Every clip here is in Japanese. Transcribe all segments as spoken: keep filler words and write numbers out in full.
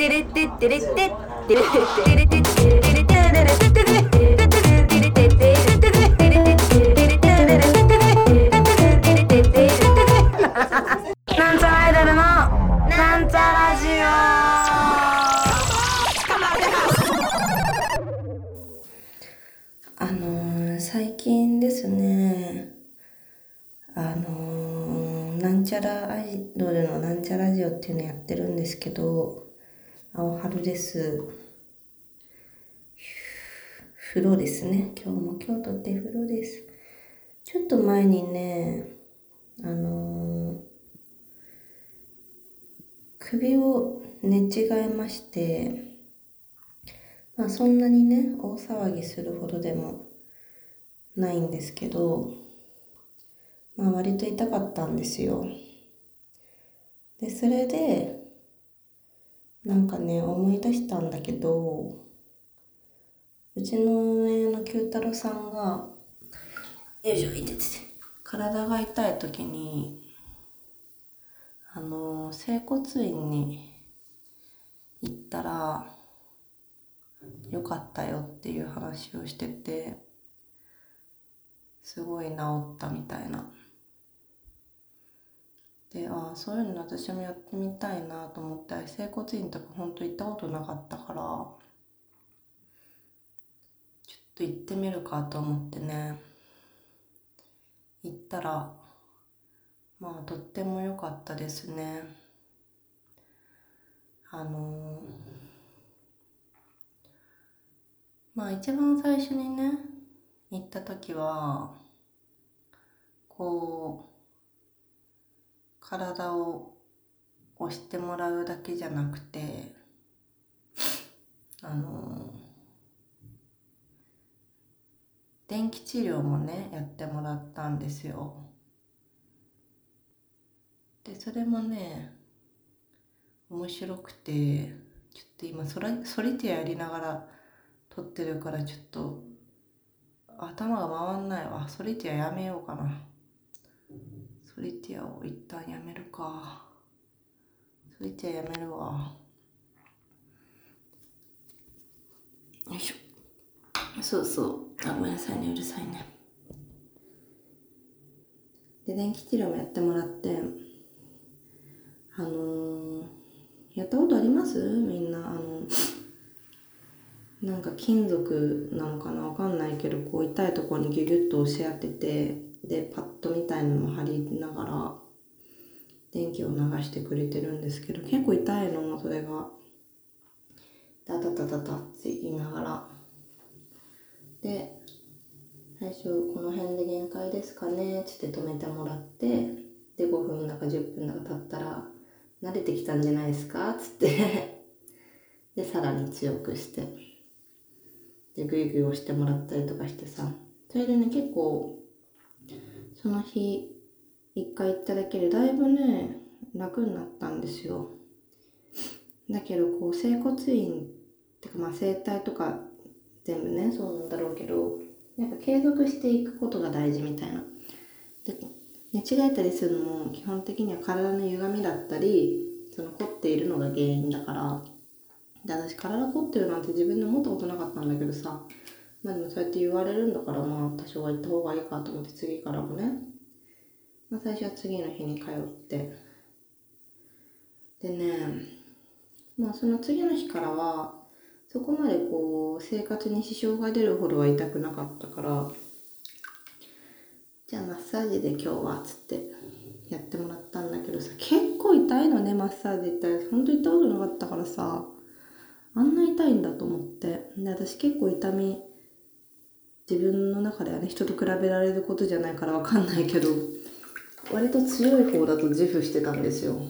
なんちゃらアイドルのなんちゃラジオ。あのー、最近ですね、あのー、なんちゃらアイドルのなんちゃラジオっていうのやってるんですけど、青春です。風呂ですね。今日も今日とって風呂です。ちょっと前にね、あのー、首を寝違えまして、まあそんなにね、大騒ぎするほどでもないんですけど、まあ割と痛かったんですよ。で、それで、なんかね、思い出したんだけど、うちの上の九太郎さんが、よいしょ、いててて、体が痛い時に、あの、整骨院に行ったら、よかったよっていう話をしてて、すごい治ったみたいな。で、ああ、そういうの私もやってみたいなと思って、整骨院とかほんと行ったことなかったから、ちょっと行ってみるかと思ってね、行ったら、まあとっても良かったですね。あのー、まあ一番最初にね、行った時は、こう、体を押してもらうだけじゃなくて、あのー、電気治療もね、やってもらったんですよ。で、それもね、面白くて、ちょっと今ソラソリティアやりながら撮ってるからちょっと頭が回んないわ。ソリティアやめようかな。ソリティアを一旦やめるか。ソリティアやめるわ。よいしょ。そうそう。あ、ごめんなさいね、うるさいね。で、電気治療もやってもらって、あのー、やったことあります？みんな、あの、なんか金属なのかなわかんないけど、こう痛いところにギュギュッと押し当てて、で、パッドみたいなのも貼りながら、電気を流してくれてるんですけど、結構痛いの、それが。タタタタタって言いながら。で、最初この辺で限界ですかねつって止めてもらって、で、ごふんだかじゅっぷんだか経ったら、慣れてきたんじゃないですかつってで、さらに強くして、で、グイグイ押してもらったりとかしてさ、それでね、結構、その日、一回行っただけでだいぶね、楽になったんですよ。だけど、こう、整骨院ってか、まあ、整体とか全部ね、そうなんだろうけど、なんか継続していくことが大事みたいな。で、寝違えたりするのも基本的には体の歪みだったり、その凝っているのが原因だから、で、私体凝ってるなんて自分で思ったことなかったんだけどさ、まあでもそうやって言われるんだから、まあ多少は行った方がいいかと思って次からもね、まあ最初は次の日に通って、でね、まあその次の日からは、そこまでこう生活に支障が出るほどは痛くなかったから、じゃあマッサージで今日はつってやってもらったんだけどさ、結構痛いのね、マッサージ行ったら。ほんと行ったことなかったからさ、あんな痛いんだと思って。で、私結構痛み、自分の中ではね、人と比べられることじゃないからわかんないけど、割と強い方だと自負してたんですよ。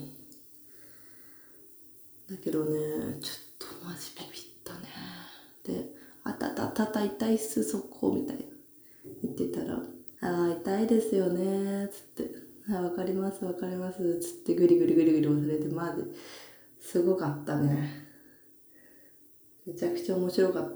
だけどね、ちょっとマジビビったね。で、あたたたた痛いっす、そこ、みたいな。言ってたら、ああ、痛いですよね、つって。あ、わかります、わかります、つってグリグリグリグリ押されて、マジ、すごかったね。めちゃくちゃ面白かった。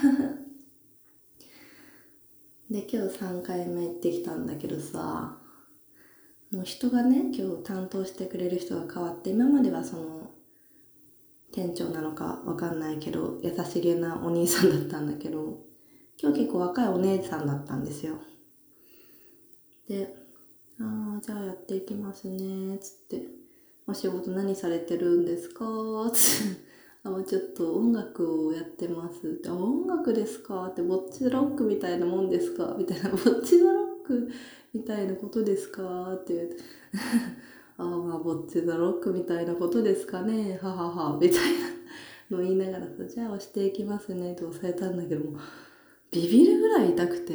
で、今日さんかいめ行ってきたんだけどさ、もう人がね、今日担当してくれる人が変わって、今まではその、 店長なのかわかんないけど優しげなお兄さんだったんだけど、今日結構若いお姉さんだったんですよ。で、ああじゃあやっていきますねつって、お仕事何されてるんですかつってあちょっと音楽をやってますって、あ音楽ですかって、ボッチザロックみたいなもんですかみたいな、ボッチザロックみたいなことですかって言ってああまあボッチザロックみたいなことですかねはははみたいなのを言いながらさ、じゃあ押していきますねって押さえたんだけども、ビビるぐらい痛くて、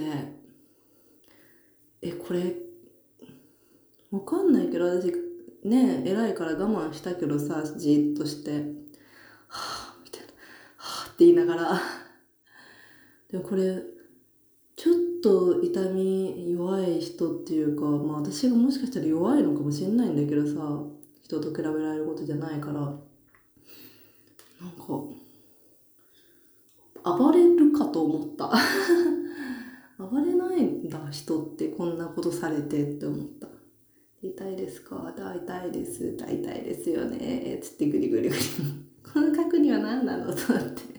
えこれわかんないけど私ね偉いから我慢したけどさ、じーっとしてはぁみたいな、はぁって言いながらでもこれちょっと痛み弱い人っていうか、まあ私がもしかしたら弱いのかもしれないんだけどさ、人と比べられることじゃないから、なんか暴れるかと思った暴れないんだ人って、こんなことされてって思った。痛いですか？痛いです。痛いですよね。つってグリグリグリこの角には何なのと思って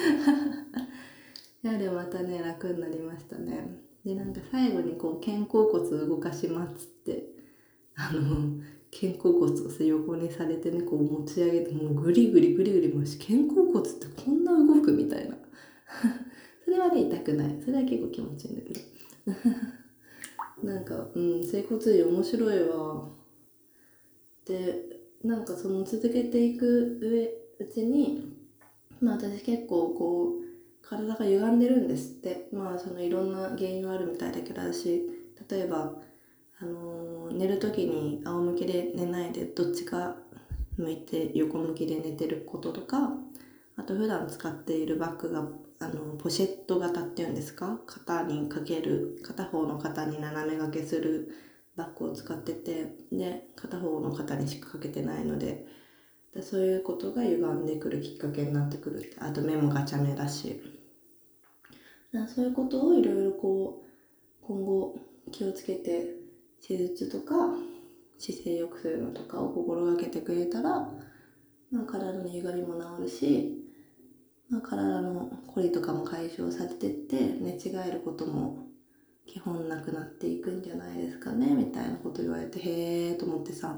いやでもまたね楽になりましたね。でなんか最後にこう肩甲骨を動かしますっつって、あの肩甲骨をさ横にされてねこう持ち上げて、もうグリグリグリグリ、もう肩甲骨ってこんな動くみたいなそれはね痛くない、それは結構気持ちいいんだけどなんかうん整骨院面白いわ。でなんかその続けていく上うちに、まあ私結構こう体が歪んでるんですって。まあそのいろんな原因はあるみたいだけど、私例えばあのー寝る時に仰向けで寝ないでどっちか向いて横向きで寝てることとか、あと普段使っているバッグがあのポシェット型っていうんですか、肩にかける、片方の肩に斜め掛けするバッグを使ってて、で片方の肩にしかかけてないので、でそういうことが歪んでくるきっかけになってくるって。あと目もガチャ目だし、だそういうことをいろいろこう今後気をつけて施術とか姿勢良くするのとかを心がけてくれたら、まあ、体の歪みも治るし、まあ、体のこりとかも解消されてって寝違えることも基本なくなっていくんじゃないですかねみたいなこと言われて、へーと思ってさ。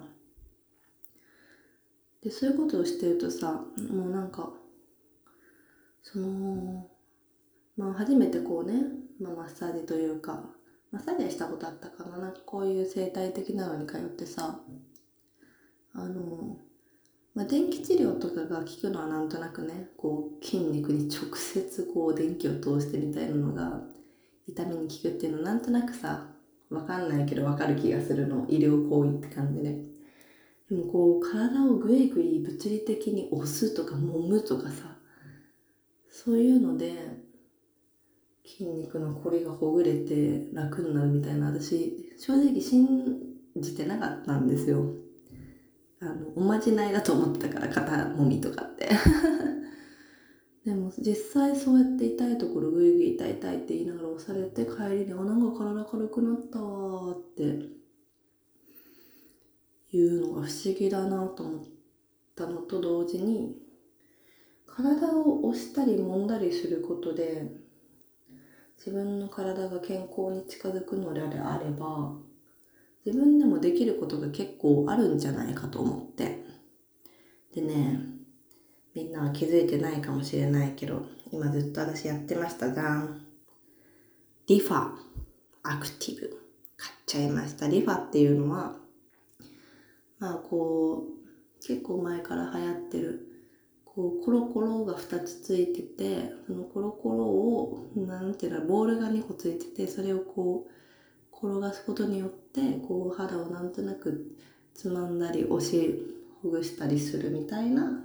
でそういうことをしてるとさ、もうなんかそのまあ初めてこうね、まあ、マッサージというかマッサージはしたことあったかな、なんかこういう生態的なのに通ってさ、あのまあ、電気治療とかが効くのはなんとなくね、こう筋肉に直接こう電気を通してみたいなのが痛みに効くっていうのなんとなくさ、わかんないけどわかる気がするの、医療行為って感じで。でもこう体をぐいぐい物理的に押すとか揉むとかさ、そういうので筋肉のこりがほぐれて楽になるみたいな、私正直信じてなかったんですよ。あのおまじないだと思ってたから、肩もみとかってでも実際そうやって痛いところグイグイ痛い痛いって言いながら押されて、帰りにあなんか体軽くなったわっていうのが不思議だなと思ったのと同時に、体を押したり揉んだりすることで自分の体が健康に近づくのであれば、自分でもできることが結構あるんじゃないかと思って。でね、みんなは気づいてないかもしれないけど、今ずっと私やってましたじゃん。リファアクティブ買っちゃいました。リファっていうのは、まあこう結構前から流行ってるこうコロコロがふたつついてて、そのコロコロをなんていうの、ボールがにこついてて、それをこう転がすことによってこう肌をなんとなくつまんだり押しほぐしたりするみたいな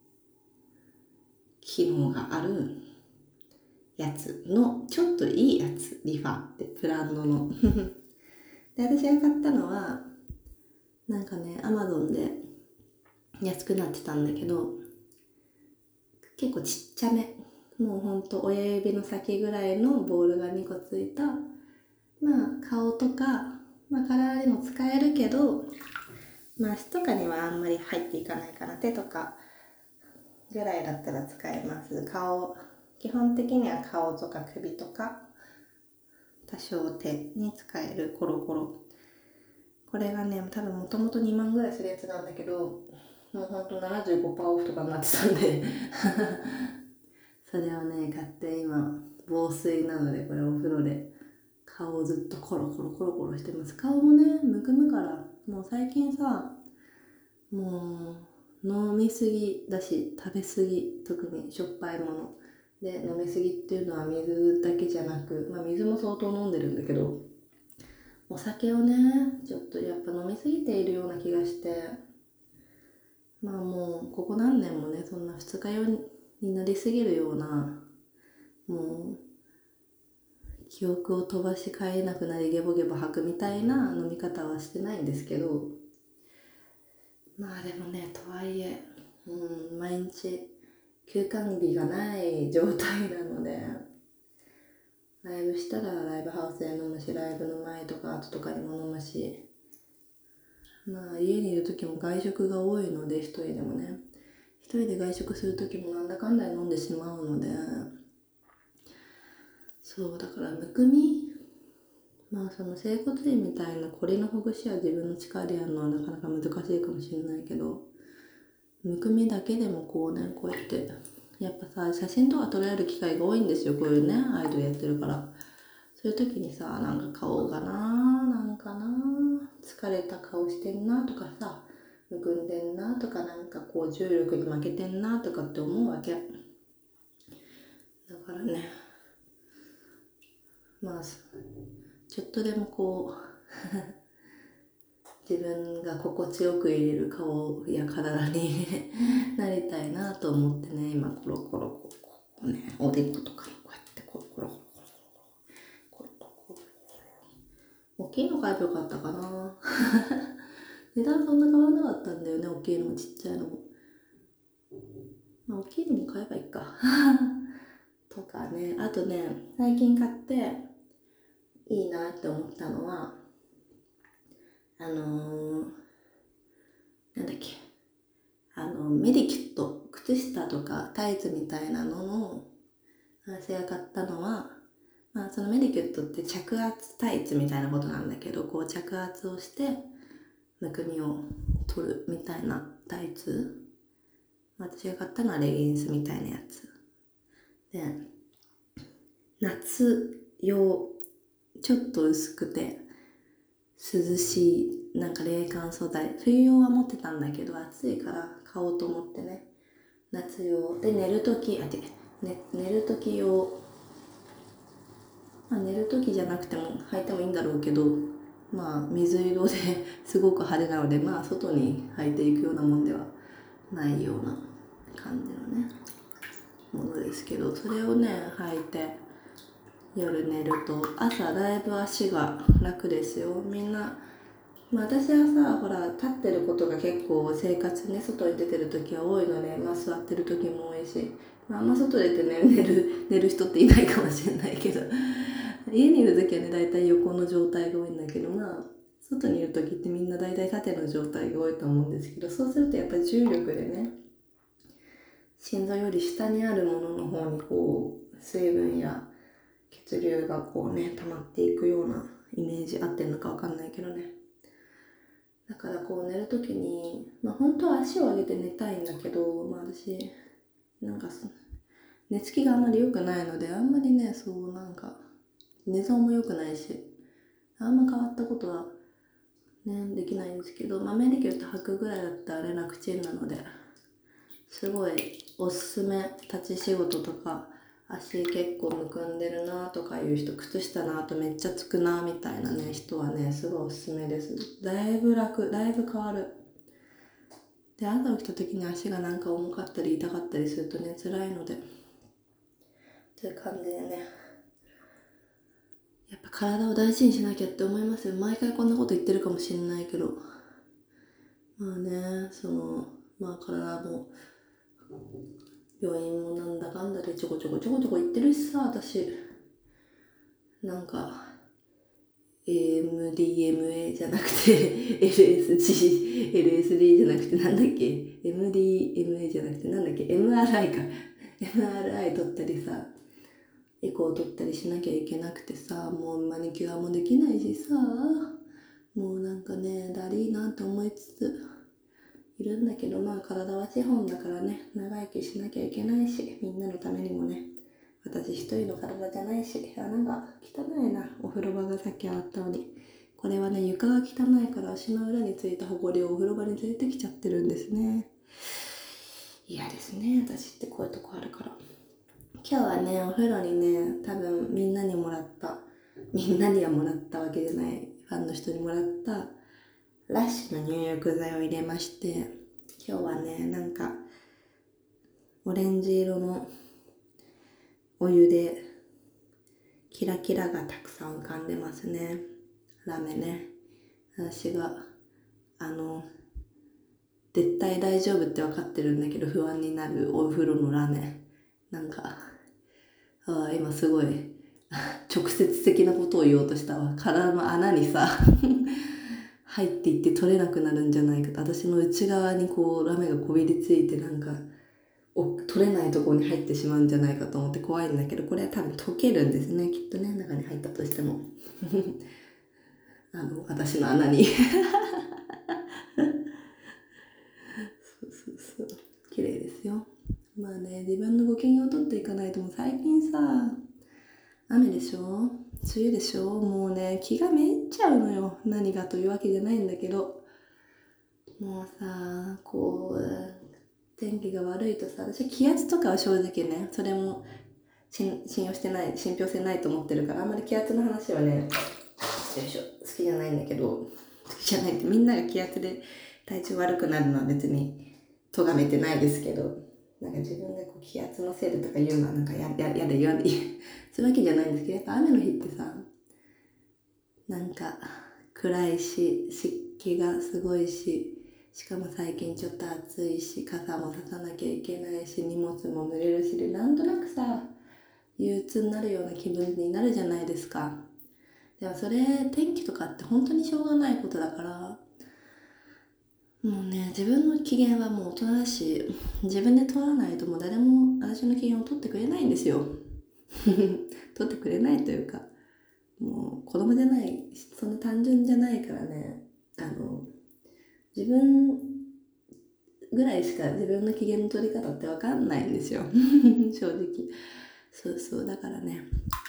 機能があるやつのちょっといいやつ、リファってブランドので私が買ったのはなんかね、アマゾンで安くなってたんだけど、結構ちっちゃめ、もうほんと親指の先ぐらいのボールがにこついた、まあ顔とか、まあ、体にも使えるけど、まあ足とかにはあんまり入っていかないかな、手とかぐらいだったら使えます。顔、基本的には顔とか首とか多少手に使えるコロコロ。これがね、多分もともとにまんぐらいするやつなんだけど、もうほんと ななじゅうごパーセント オフとかになってたんでそれをね買って今防水なので、これお風呂で顔をずっとコロコロコロコロしてます。顔もねむくむから、もう最近さ、もう飲みすぎだし食べすぎ、特にしょっぱいもので飲みすぎっていうのは水だけじゃなく、まあ水も相当飲んでるんだけど、お酒をねちょっとやっぱ飲みすぎているような気がして、まあもうここ何年もねそんな二日酔いになりすぎるような、もう記憶を飛ばし帰れなくなりゲボゲボ吐くみたいな飲み方はしてないんですけど、まあでもね、とはいえ、うん、毎日休館日がない状態なので、ライブしたらライブハウスで飲むし、ライブの前とか後とかにも飲むし、まあ家にいる時も外食が多いので、一人でもね一人で外食する時もなんだかんだ飲んでしまうので、そうだからむくみ、まあその整骨院みたいなこりのほぐしは自分の力でやるのはなかなか難しいかもしれないけど、むくみだけでもこうね、こうやってやっぱさ写真とか撮られる機会が多いんですよ、こういうねアイドルやってるから。そういう時にさ、なんか顔がななんかな疲れた顔してんなとかさ、むくんでんなとか、なんかこう重力に負けてんなとかって思うわけだからね、まあちょっとでもこう自分が心地よく入れる顔や体になりたいなと思ってね、今コロコロこうこうね、おでことかにこうやってコロコロコロコロコロコロコロ大きいの買えばよかったかな値段そんな変わらなかったんだよね、大きいのもちっちゃいのも。まあ大きいのも買えばいいかとかね。あとね、最近買っていいなって思ったのは、あのー、なんだっけ、あのメディキュット、靴下とかタイツみたいなのの、私が買ったのは、まあ、そのメディキュットって着圧タイツみたいなことなんだけど、こう着圧をしてむくみを取るみたいなタイツ。私が買ったのはレギンスみたいなやつで、夏用、ちょっと薄くて涼しい、なんか冷感素材。冬用は持ってたんだけど暑いから買おうと思ってね、夏用で、寝るときあて、ね、寝るとき用、まあ、寝るときじゃなくても履いてもいいんだろうけど、まあ水色ですごく派手なので、まあ外に履いていくようなもんではないような感じのねものですけど、それをね履いて夜寝ると朝だいぶ足が楽ですよ。みんな、まあ、私はさ、ほら立ってることが結構生活ね、外に出てる時は多いので、まあ座ってる時も多いし、まあ、あんま外出てね寝る寝る人っていないかもしれないけど家にいる時はね大体横の状態が多いんだけど、まあ外にいる時ってみんな大体縦の状態が多いと思うんですけど、そうするとやっぱり重力でね、心臓より下にあるものの方にこう水分や血流がこうね溜まっていくようなイメージ、合ってるのかわかんないけどね。だからこう寝るときに、まあ本当は足を上げて寝たいんだけど、まあ私なんか寝つきがあんまり良くないので、あんまりね、そうなんか寝相も良くないし、あんま変わったことはねできないんですけど、まあメディキュット履くぐらいだったら楽ちんなので、すごいおすすめ。立ち仕事とか足結構むくんでるなとかいう人、靴下の跡めっちゃつくなみたいなね人はね、すごいおすすめです。だいぶ楽、だいぶ変わる。で、朝起きた時に足がなんか重かったり痛かったりするとね辛いので、という感じでね、やっぱ体を大事にしなきゃって思いますよ。毎回こんなこと言ってるかもしれないけど、まあね、そのまあ体も病院もなんだかんだでちょこちょこちょこちょこ行ってるしさ、私なんかエーエムディーエムエー じゃなくて エルエスジー、エルエスディー じゃなくてなんだっけ エムディーエムエー じゃなくてなんだっけ エムアールアイ か エムアールアイ 取ったりさ、エコー取ったりしなきゃいけなくてさ、もうマニキュアもできないしさ、もうなんかね、だりーなって思いつついるんだけど、まあ体は資本だからね、長生きしなきゃいけないし、みんなのためにもね、私一人の体じゃないし、穴が汚いな、お風呂場がさっき洗ったのに。これはね、床が汚いから足の裏についたホコリをお風呂場に連れてきちゃってるんですね。嫌ですね、私ってこういうとこあるから。今日はね、お風呂にね、多分みんなにもらった、みんなにはもらったわけじゃない、ファンの人にもらったラッシュの入浴剤を入れまして、今日はね、なんかオレンジ色のお湯でキラキラがたくさん浮かんでますね。ラメね。私があの絶対大丈夫って分かってるんだけど不安になるお風呂のラメ。なんかあ今すごい直接的なことを言おうとしたわ。体の穴にさ入っていって取れなくなるんじゃないかと、私の内側にこうラメがこびりついてなんか取れないところに入ってしまうんじゃないかと思って怖いんだけど、これは多分溶けるんですね、きっとね、中に入ったとしてもあの私の穴にそうそうそう、綺麗ですよ。まあね、自分のご機嫌を取っていかないと。もう最近さ、雨でしょ、梅雨でしょ、もうね気がめいっちゃうのよ。何がというわけじゃないんだけど、もうさ、こう天気が悪いとさ、私気圧とかは正直ね、それも信用してない、信憑性ないと思ってるから、あんまり気圧の話はね、よいしょ、好きじゃないんだけど、好きじゃないって、みんなが気圧で体調悪くなるのは別に咎めてないですけど、なんか自分がこう気圧のせいでとか言うのはなんかやややだ言わないそういうわけじゃないんですけど、やっぱ雨の日ってさ、なんか暗いし、湿気がすごいし、しかも最近ちょっと暑いし、傘もささなきゃいけないし、荷物も濡れるしで、なんとなくさ、憂鬱になるような気分になるじゃないですか。でもそれ、天気とかって本当にしょうがないことだから、もうね、自分の機嫌はもう大人だし、自分で取らないともう誰も私の機嫌を取ってくれないんですよ。取ってくれないというか、もう子供じゃない、そんな単純じゃないからね、あの、自分ぐらいしか自分の機嫌の取り方ってわかんないんですよ。正直。そうそう、だからね。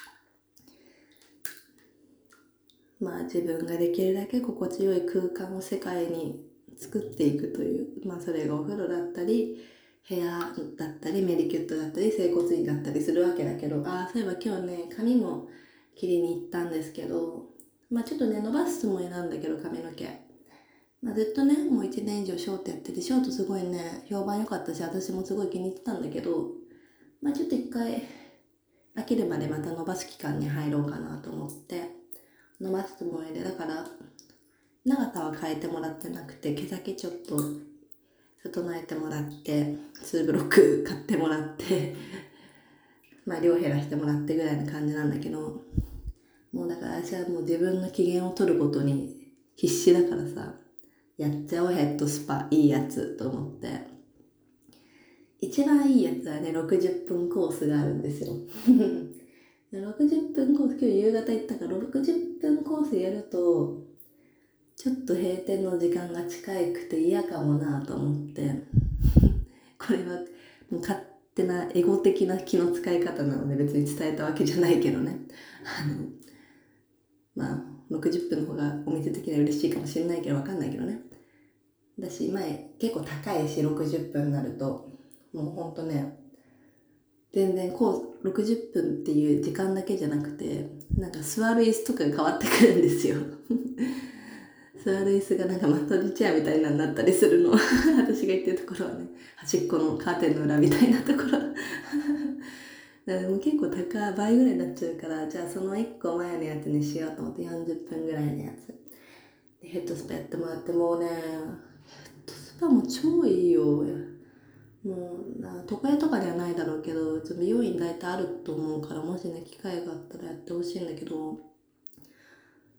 まあ自分ができるだけ心地よい空間を世界に作っていくという、まあそれがお風呂だったり、部屋だったり、メディキュットだったり、整骨院だったりするわけだけど、ああ、そういえば今日ね、髪も切りに行ったんですけど、まあちょっとね、伸ばすつもりなんだけど、髪の毛。まあずっとね、もういちねん以上ショートやってて、ショートすごいね、評判良かったし、私もすごい気に入ってたんだけど、まあちょっと一回、飽きるまでまた伸ばす期間に入ろうかなと思って、伸ばすつもりで、だから長さは変えてもらってなくて、毛先ちょっと整えてもらって、ツーブロック買ってもらってまあ量減らしてもらってぐらいな感じなんだけど、もうだから私はもう自分の機嫌を取ることに必死だからさ、やっちゃおうヘッドスパ、いいやつと思って。一番いいやつはね、ろくじゅっぷんコースがあるんですよろくじゅっぷんコース、今日夕方行ったからろくじゅっぷんコースやるとちょっと閉店の時間が近くて嫌かもなと思ってこれはもう勝手なエゴ的な気の使い方なので別に伝えたわけじゃないけどね、あのまあろくじゅっぷんの方がお店的には嬉しいかもしれないけど、わかんないけどね。だし前結構高いし、ろくじゅっぷんになるともうほんとね、全然こうろくじゅっぷんっていう時間だけじゃなくて、なんか座る椅子とかが変わってくるんですよ座る椅子がなんかマッサージチェアみたいなになったりするの私が行ってるところはね、端っこのカーテンの裏みたいなところだからもう結構高い倍ぐらいになっちゃうから、じゃあそのいっこまえのやつにしようと思って、よんじゅっぷんぐらいのやつでヘッドスパやってもらって、もうね、ヘッドスパも超いいよ。もうな、都会とかではないだろうけど、美容院大体あると思うから、もしね機会があったらやってほしいんだけど、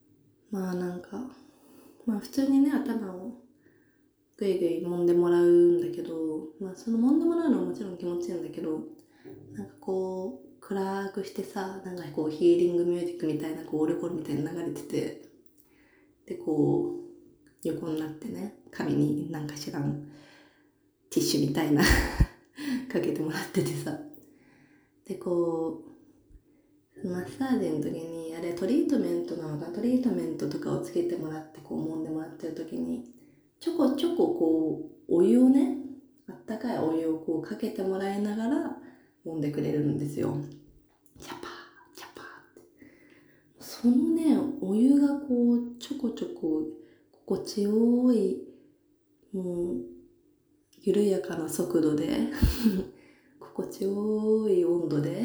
まあなんかまあ普通にね頭をぐいぐい揉んでもらうんだけど、まあその揉んでもらうのはもちろん気持ちいいんだけど、なんかこう暗くしてさ、なんかこうヒーリングミュージックみたいなこうオルゴールみたいな流れてて、でこう横になってね、髪になんか知らんティッシュみたいなかけてもらっててさ、でこうマッサージの時に、あれトリートメントなのか、トリートメントとかをつけてもらってこう揉んでもらってる時に、ちょこちょここうお湯をね、あったかいお湯をこうかけてもらいながら揉んでくれるんですよ。チャパーチャパーって、そのねお湯がこうちょこちょこ心地よい、もう緩やかな速度で心地よい温度で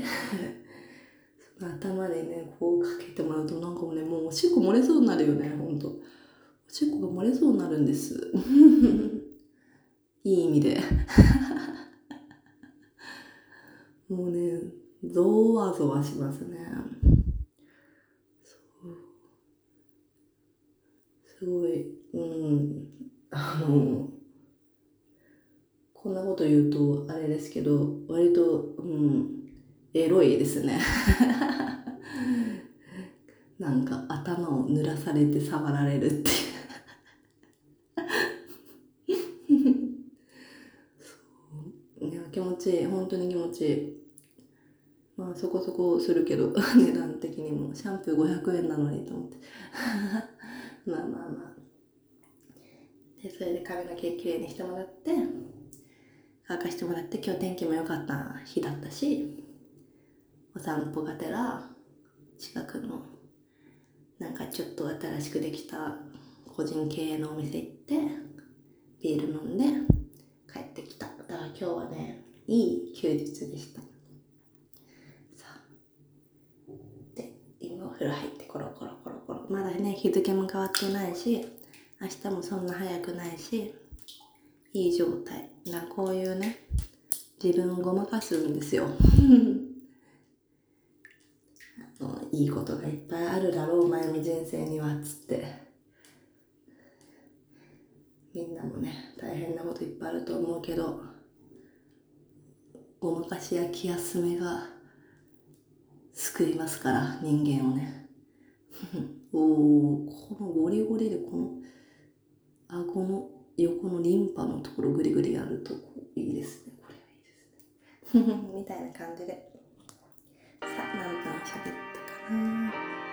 頭でねこうかけてもらうと、なんかもうね、もうおしっこ漏れそうになるよね。ほんとおしっこが漏れそうになるんですいい意味でもうねゾワゾワしますね。そうすごい、うんあのこんなこと言うとあれですけど、割とうんエロいですねなんか頭を濡らされて触られるっていういや気持ちいい、本当に気持ちいい。まあそこそこするけど値段的にもシャンプーごひゃくえんなのにと思ってまあまあまあ、でそれで髪の毛きれいにしてもらって乾かしてもらって、今日天気も良かった日だったし、お散歩がてら近くのなんかちょっと新しくできた個人経営のお店行ってビール飲んで帰ってきた。だから今日はねいい休日でした。さあで今お風呂入ってコロコロコロコロ、まだね日付も変わってないし明日もそんな早くないし、いい状態な、こういうね自分をごまかすんですよいいことがいっぱいあるだろう、前の人生にはっつって。みんなもね大変なこといっぱいあると思うけど、ごまかしや気休めが救いますから人間をねおお、このゴリゴリでこの顎の横のリンパのところグリグリやるといいですね、これはいいですねみたいな感じで、さあ何分喋ったかな。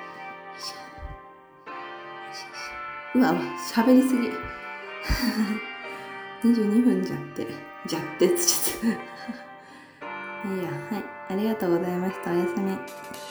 うわうわ喋りすぎにじゅうにふんじゃってじゃってつっちゃったいいや、はい、ありがとうございました。おやすみ。